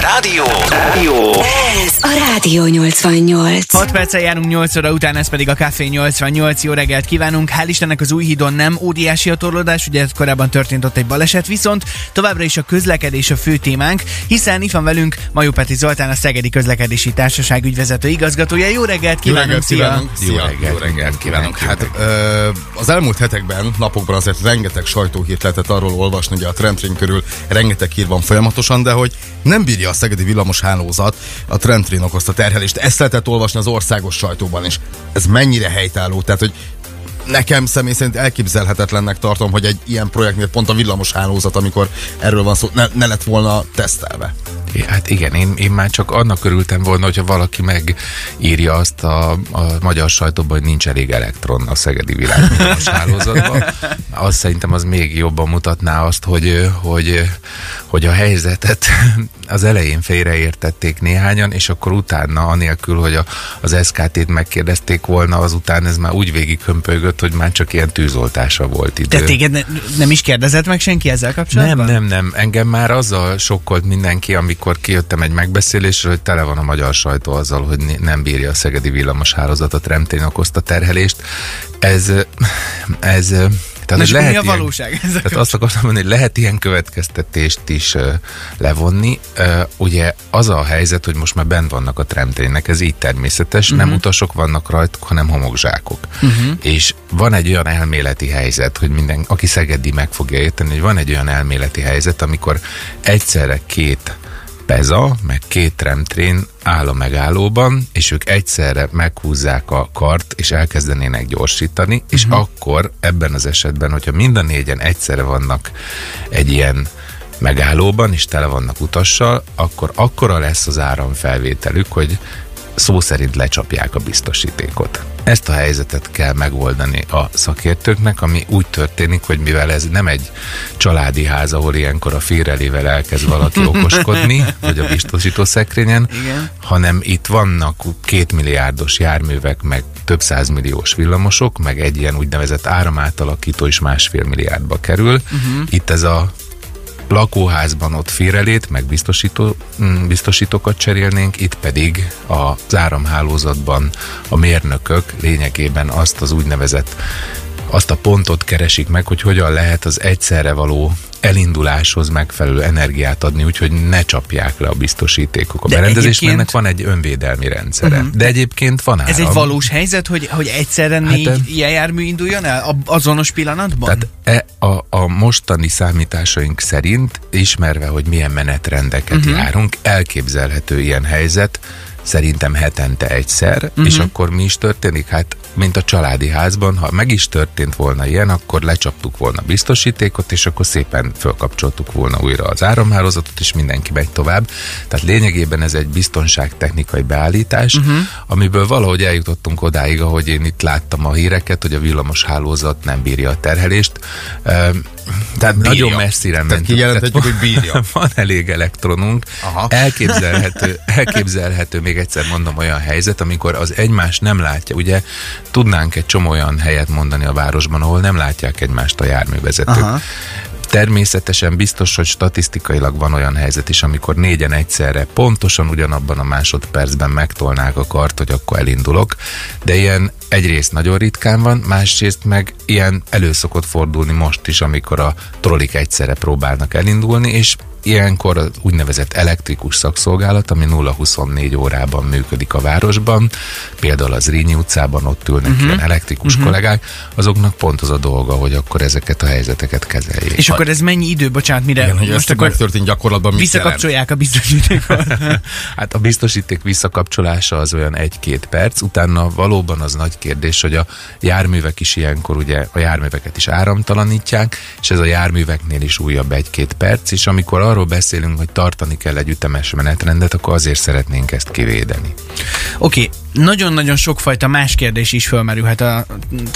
Rádió. Ez a Rádió 88. 6 perccel járunk 8 óra után, ez pedig a Café 88. Jó reggelt kívánunk! Hál' Istennek az Újhídon nem óriási a torlódás, ugye korábban történt ott egy baleset, viszont továbbra is a közlekedés a fő témánk, hiszen itt van velünk Majó Peti Zoltán, a Szegedi Közlekedési Társaság ügyvezető igazgatója. Jó reggelt kívánunk! Jó reggelt kívánunk! Hát az elmúlt hetekben, napokban azért rengeteg sajtóhírt lehetett arról olvasni, hogy a Trendtrain körül rengeteg hír van folyamatosan, de hogy nem bírja a szegedi villamos hálózat a Trendtrain okozta terhelést. Ezt lehetett olvasni az országos sajtóban is. Ez mennyire helytálló? Tehát, hogy nekem személy szerint elképzelhetetlennek tartom, hogy egy ilyen projektnél pont a villamos hálózat, amikor erről van szó, ne lett volna tesztelve. Hát igen, én már csak annak örültem volna, hogyha valaki megírja azt a magyar sajtóban, hogy nincs elég elektron a szegedi villamos hálózatban. Azt szerintem az még jobban mutatná azt, hogy a helyzetet az elején félreértették néhányan, és akkor utána, anélkül, hogy az SKT-t megkérdezték volna, azután ez már úgy végighömpölygött, hogy már csak ilyen tűzoltásra volt idő. De téged nem is kérdezett meg senki ezzel kapcsolatban? Nem. Engem már azzal sokkolt mindenki, amikor kijöttem egy megbeszélésre, hogy tele van a magyar sajtó azzal, hogy nem bírja a szegedi villamos hálózat, a Trendtrain okozta terhelést. Tehát, és mi a valóság? Tehát azt akartam mondani, hogy lehet ilyen következtetést is levonni. Ugye az a helyzet, hogy most már bent vannak a Trendtrainnek, ez így természetes, nem utasok vannak rajtuk, hanem homokzsákok. És van egy olyan elméleti helyzet, hogy aki szegedi meg fogja érteni, hogy van egy olyan elméleti helyzet, amikor egyszerre két PEZA, meg két Trendtrain áll a megállóban, és ők egyszerre meghúzzák a kart, és elkezdenének gyorsítani, és akkor ebben az esetben, hogyha mind a négyen egyszerre vannak egy ilyen megállóban, és tele vannak utassal, akkor akkora lesz az áramfelvételük, hogy szó szerint lecsapják a biztosítékot. Ezt a helyzetet kell megoldani a szakértőknek, ami úgy történik, hogy mivel ez nem egy családi ház, ahol ilyenkor a férelével elkezd valaki okoskodni, vagy a biztosítószekrényen, hanem itt vannak 2 milliárdos járművek, meg több 100 milliós villamosok, meg egy ilyen úgynevezett áramátalakító is 1,5 milliárdba kerül. Itt ez a lakóházban ott félrelét, meg biztosítókat cserélnénk, itt pedig az áramhálózatban a mérnökök lényegében azt a pontot keresik meg, hogy hogyan lehet az egyszerre való elinduláshoz megfelelő energiát adni, úgyhogy ne csapják le a biztosítékok. A berendezésnek ennek van egy önvédelmi rendszere. De egyébként van áram. Ez egy valós helyzet, hogy egyszerre 4 ilyen jármű induljon el azonos pillanatban? Tehát a mostani számításaink szerint, ismerve, hogy milyen menetrendeket járunk, elképzelhető ilyen helyzet, szerintem hetente egyszer, és akkor mi is történik? Hát, mint a családi házban, ha meg is történt volna ilyen, akkor lecsaptuk volna biztosítékot, és akkor szépen fölkapcsoltuk volna újra az áramhálózatot, és mindenki megy tovább. Tehát lényegében ez egy biztonságtechnikai beállítás, amiből valahogy eljutottunk odáig, ahogy én itt láttam a híreket, hogy a villamos hálózat nem bírja a terhelést. Tehát bírja. Nagyon messzire ment. Kijelenthetjük, hogy bírja. Van elég elektronunk. Elképzelhető, még egyszer mondom, olyan helyzet, amikor az egymást nem látja. Ugye tudnánk egy csomó olyan helyet mondani a városban, ahol nem látják egymást a járművezetők. Természetesen biztos, hogy statisztikailag van olyan helyzet is, amikor 4-en egyszerre pontosan ugyanabban a másodpercben megtolnák a kart, hogy akkor elindulok, de ilyen egyrészt nagyon ritkán van, másrészt meg ilyen elő szokott fordulni most is, amikor a trollik egyszerre próbálnak elindulni, és ilyenkor az úgynevezett elektrikus szakszolgálat, ami 0-24 órában működik a városban, például az Zrínyi utcában ott ülnek ilyen elektrikus kollégák, azoknak pont az a dolga, hogy akkor ezeket a helyzeteket kezeljék. És akkor ez mennyi idő, bocsánat, mire igen, hogy most akkor megtörtént gyakorlatban visszakapcsolják a biztosítékot? Hát a biztosíték visszakapcsolása az olyan 1-2 perc, utána valóban az nagy kérdés, hogy a járművek is ilyenkor ugye a járműveket is áramtalanítják, és ez a járműveknél is újabb 1-2 perc, és amikor arról beszélünk, hogy tartani kell egy ütemes menetrendet, akkor azért szeretnénk ezt kivédeni. Oké, nagyon-nagyon sokfajta más kérdés is fölmerülhet a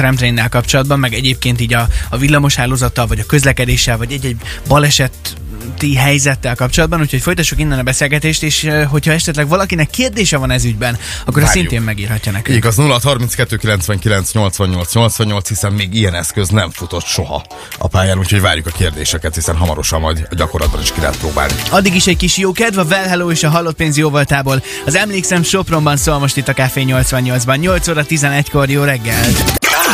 Trendtrainnel kapcsolatban, meg egyébként így a villamos hálózattal, vagy a közlekedéssel, vagy egy-egy baleset közúti helyzettel kapcsolatban, úgyhogy folytassuk innen a beszélgetést, és hogyha esetleg valakinek kérdése van ez ügyben, akkor azt szintén megírhatja nekünk. Igaz, 0632 99 88 88, hiszen még ilyen eszköz nem futott soha a pályán, úgyhogy várjuk a kérdéseket, hiszen hamarosan majd a gyakorlatban is ki lehet próbálni. Addig is egy kis jó kedv, a Well Hello és a Halott pénz jóvoltából. Az Emlékszem Sopronban szól most itt a Café 88-ban. 8 óra 11-kor, jó reggelt!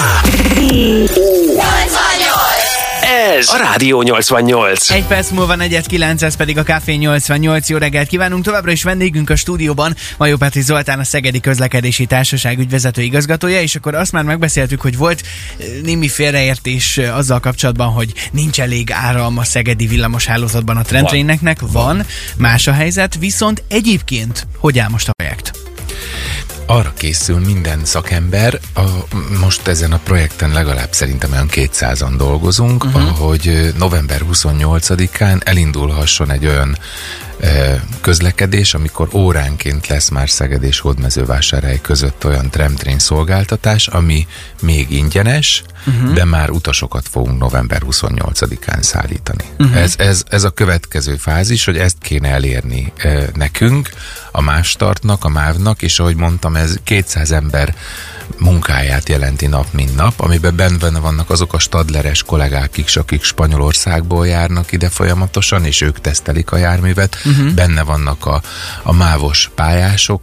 Ez a Rádió 88. Egy perc múlva 4:09, ez pedig a Café 88. Jó reggelt kívánunk! Továbbra is vendégünk a stúdióban Majó Petri Zoltán, a Szegedi Közlekedési Társaság ügyvezető igazgatója, és akkor azt már megbeszéltük, hogy volt némi félreértés azzal kapcsolatban, hogy nincs elég áram a szegedi villamoshálózatban a Trendtraineknek. Van, más a helyzet, viszont egyébként hogy áll most a projekt? Arra készül minden szakember, most ezen a projekten legalább szerintem olyan 200-an dolgozunk, hogy november 28-án elindulhasson egy olyan közlekedés, amikor óránként lesz már Szeged és Hódmezővásárhely között olyan tramtrain szolgáltatás, ami még ingyenes, de már utasokat fogunk november 28-án szállítani. Ez a következő fázis, hogy ezt kéne elérni nekünk, a Mástartnak, a MÁV-nak, és ahogy mondtam, ez 200 ember munkáját jelenti nap, mint nap, amiben benne vannak azok a stadleres kollégák is, akik Spanyolországból járnak ide folyamatosan, és ők tesztelik a járművet. Benne vannak a mávos pályások,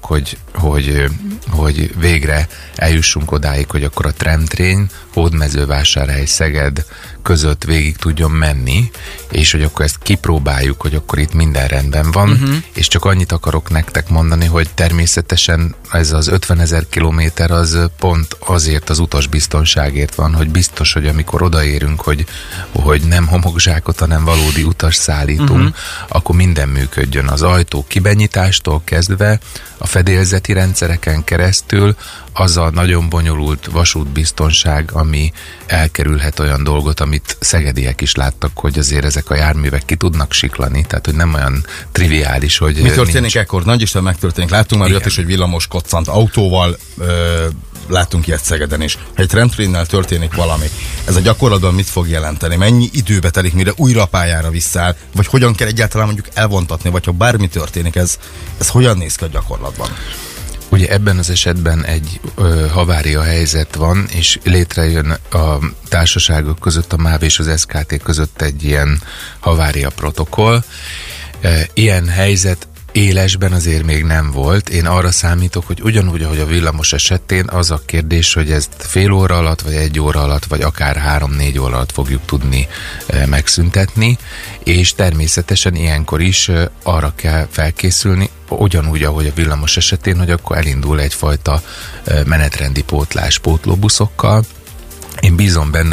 hogy végre eljussunk odáig, hogy akkor a tramtrain Hódmezővásárhely, Szeged között végig tudjon menni, és hogy akkor ezt kipróbáljuk, hogy akkor itt minden rendben van, és csak annyit akarok nektek mondani, hogy természetesen ez az 50 000 kilométer az pont azért az utasbiztonságért van, hogy biztos, hogy amikor odaérünk, hogy nem homokzsákot, hanem valódi utas szállítunk, akkor minden működjön. Az ajtó kibenyitástól kezdve, a fedélzeti rendszereken keresztül, az a nagyon bonyolult vasútbiztonság, ami elkerülhet olyan dolgot, amit szegediek is láttak, hogy azért ezek a járművek ki tudnak siklani, tehát hogy nem olyan triviális, hogy mi történik ekkor? Nagyisten megtörténik. Láttunk már olyat is, hogy villamos koccant autóval, láttunk ilyet Szegeden is. Ha egy tramtrainnel történik valami, ez a gyakorlatban mit fog jelenteni? Mennyi időbe telik, mire újra a pályára visszáll? Vagy hogyan kell egyáltalán mondjuk elvontatni? Vagy ha bármi történik, ez hogyan néz ki a gyakorlatban? Ugye ebben az esetben egy havária helyzet van, és létrejön a társaságok között, a MÁV és az SKT között egy ilyen havária protokoll. Ilyen helyzet élesben azért még nem volt. Én arra számítok, hogy ugyanúgy, ahogy a villamos esetén, az a kérdés, hogy ezt fél óra alatt, vagy 1 óra alatt, vagy akár 3-4 óra alatt fogjuk tudni megszüntetni, és természetesen ilyenkor is arra kell felkészülni, ugyanúgy, ahogy a villamos esetén, hogy akkor elindul egyfajta menetrendi pótlás pótlóbuszokkal. Én bízom benne,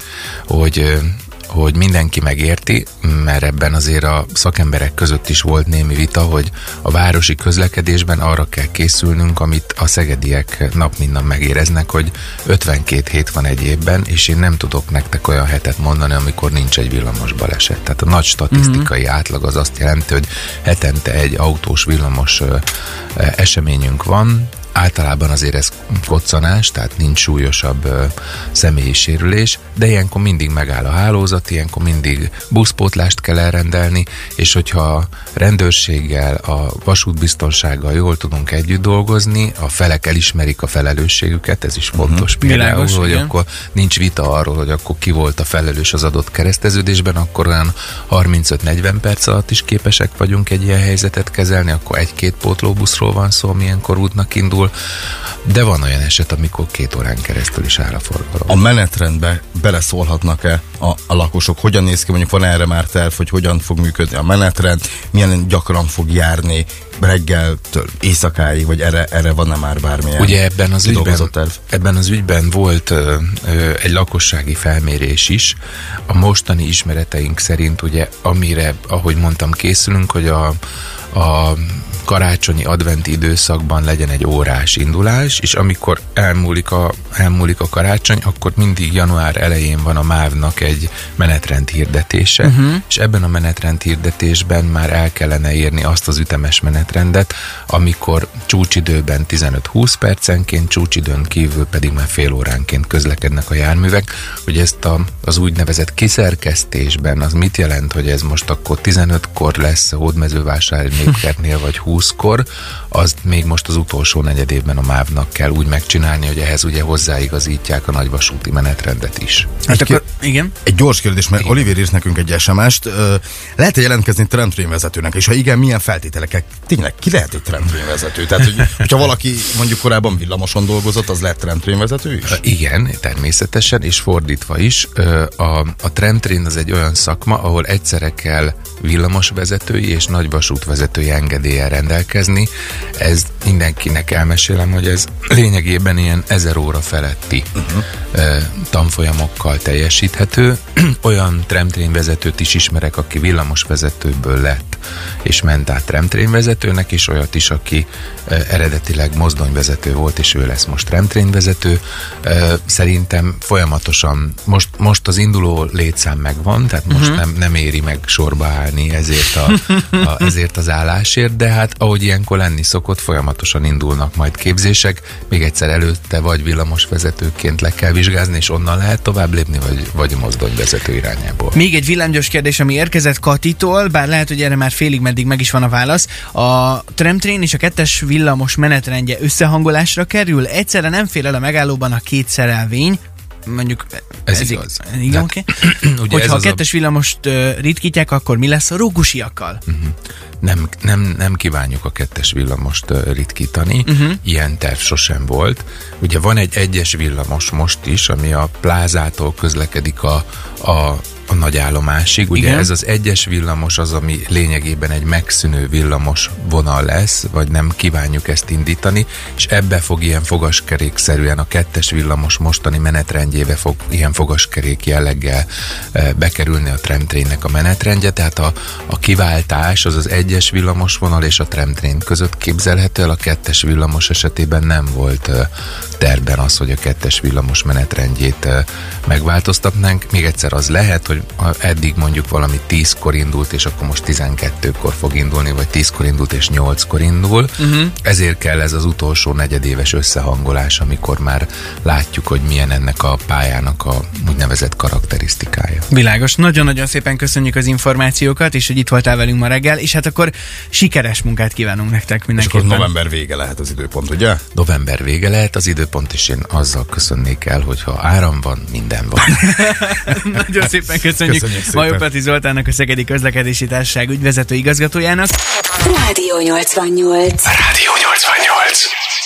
hogy mindenki megérti, mert ebben azért a szakemberek között is volt némi vita, hogy a városi közlekedésben arra kell készülnünk, amit a szegediek nap mint nap megéreznek, hogy 52 hét van egy évben, és én nem tudok nektek olyan hetet mondani, amikor nincs egy villamos baleset. Tehát a nagy statisztikai átlag az azt jelenti, hogy hetente egy autós villamos eseményünk van. Általában azért ez koccanás, tehát nincs súlyosabb személyi sérülés, de ilyenkor mindig megáll a hálózat, ilyenkor mindig buszpótlást kell elrendelni, és hogyha a rendőrséggel, a vasútbiztonsággal jól tudunk együtt dolgozni, a felek elismerik a felelősségüket, ez is fontos például, hogy akkor nincs vita arról, hogy akkor ki volt a felelős az adott kereszteződésben, akkor olyan 35-40 perc alatt is képesek vagyunk egy ilyen helyzetet kezelni, akkor 1-2 pótlóbuszról van szó, milyenkor útnak indul, de van olyan eset, amikor 2 órán keresztül is áll a forgalom. A menetrendbe beleszólhatnak-e a lakosok? Hogyan néz ki, mondjuk van erre már terv, hogy hogyan fog működni a menetrend, milyen gyakran fog járni, reggeltől éjszakáig, vagy erre van-e már bármilyen? Ugye ebben az ügyben volt egy lakossági felmérés is. A mostani ismereteink szerint ugye, amire, ahogy mondtam, készülünk, hogy a karácsonyi adventi időszakban legyen egy órás indulás, és amikor elmúlik a karácsony, akkor mindig január elején van a MÁV-nak egy menetrend hirdetése, és ebben a menetrend hirdetésben már el kellene érni azt az ütemes menetrendet, menetrendet, amikor csúcsidőben 15-20 percenként, csúcsidőn kívül pedig már fél óránként közlekednek a járművek. Ugye ezt az úgynevezett kiszerkesztésben az mit jelent, hogy ez most akkor 15-kor lesz Hódmezővásári Népkertnél, vagy 20-kor, azt még most az utolsó negyedévben a MÁV-nak kell úgy megcsinálni, hogy ehhez ugye hozzáigazítják a nagyvasúti menetrendet is. Hát akkor, igen. Egy gyors kérdés, mert Oliver írt nekünk egy SMS-t. Lehet-e jelentkezni trendtrain-vezetőnek? És ha igen, milyen feltételeket? Tényleg, ki lehet egy trendtrain-vezető? Tehát, hogyha valaki mondjuk korábban villamoson dolgozott, az lehet trendtrain-vezető is? Igen, természetesen, és fordítva is. A trendtrain az egy olyan szakma, ahol egyszerre kell villamosvezetői és nagyvasútvezetői engedéllyel rendelkezni. Ez mindenkinek elmesélem, hogy ez lényegében ilyen 1000 óra feletti tanfolyamokkal teljesíthető. Olyan tramtrain vezetőt is ismerek, aki villamosvezetőből lett, és ment át tramtrain vezetőnek, és olyat is, aki eredetileg mozdonyvezető volt, és ő lesz most tramtrain vezető. Szerintem folyamatosan, most az induló létszám megvan, tehát most nem éri meg sorba állni ezért az állásért, de hát ahogy ilyenkor lenni szokott, folyamatosan indulnak majd képzések, még egyszer előtte vagy villamosvezetőként le kell vizsgázni, és onnan lehet tovább lépni, vagy a mozdonyvezető irányából. Még egy villámgyors kérdés, ami érkezett Katitól, bár lehet, hogy erre már félig meddig meg is van a válasz. A tramtrain és a 2-es villamos menetrendje összehangolásra kerül? Egyszerre nem fér el a megállóban a két szerelvény, mondjuk ez igaz. Igen, oké. Hogyha a 2-es villamost ritkítják, akkor mi lesz a rókusiakkal? Nem kívánjuk a 2-es villamost ritkítani, ilyen terv sosem volt. Ugye van egy 1-es villamos most is, ami a plázától közlekedik a nagy állomásig. Ugye ez az 1-es villamos az, ami lényegében egy megszűnő villamos vonal lesz, vagy nem kívánjuk ezt indítani, és ebbe fog ilyen fogaskerékszerűen a 2-es villamos mostani menetrendjébe fog ilyen fogaskerék jelleggel bekerülni a tramtrainnek a menetrendje, tehát a kiváltás az 1-es villamos vonal és a tramtrain között képzelhető el, a 2-es villamos esetében nem volt tervben az, hogy a 2-es villamos menetrendjét megváltoztatnánk. Még egyszer az lehet, hogy eddig mondjuk valami 10-kor indult, és akkor most 12-kor fog indulni, vagy 10-kor indult, és 8-kor indul. Ezért kell ez az utolsó negyedéves összehangolás, amikor már látjuk, hogy milyen ennek a pályának a úgynevezett karakterisztikája. Világos. Nagyon-nagyon szépen köszönjük az információkat, és hogy itt voltál velünk ma reggel, és hát akkor sikeres munkát kívánunk nektek mindenképpen. És akkor november vége lehet az időpont, ugye? November vége lehet az időpont, és én azzal köszönnék el, hogyha áram van, minden van. Nagyon szépen köszönjük Major Peti Zoltánnak, a Szegedi Közlekedési Társaság ügyvezető igazgatójának. Rádió 88. Rádió 88.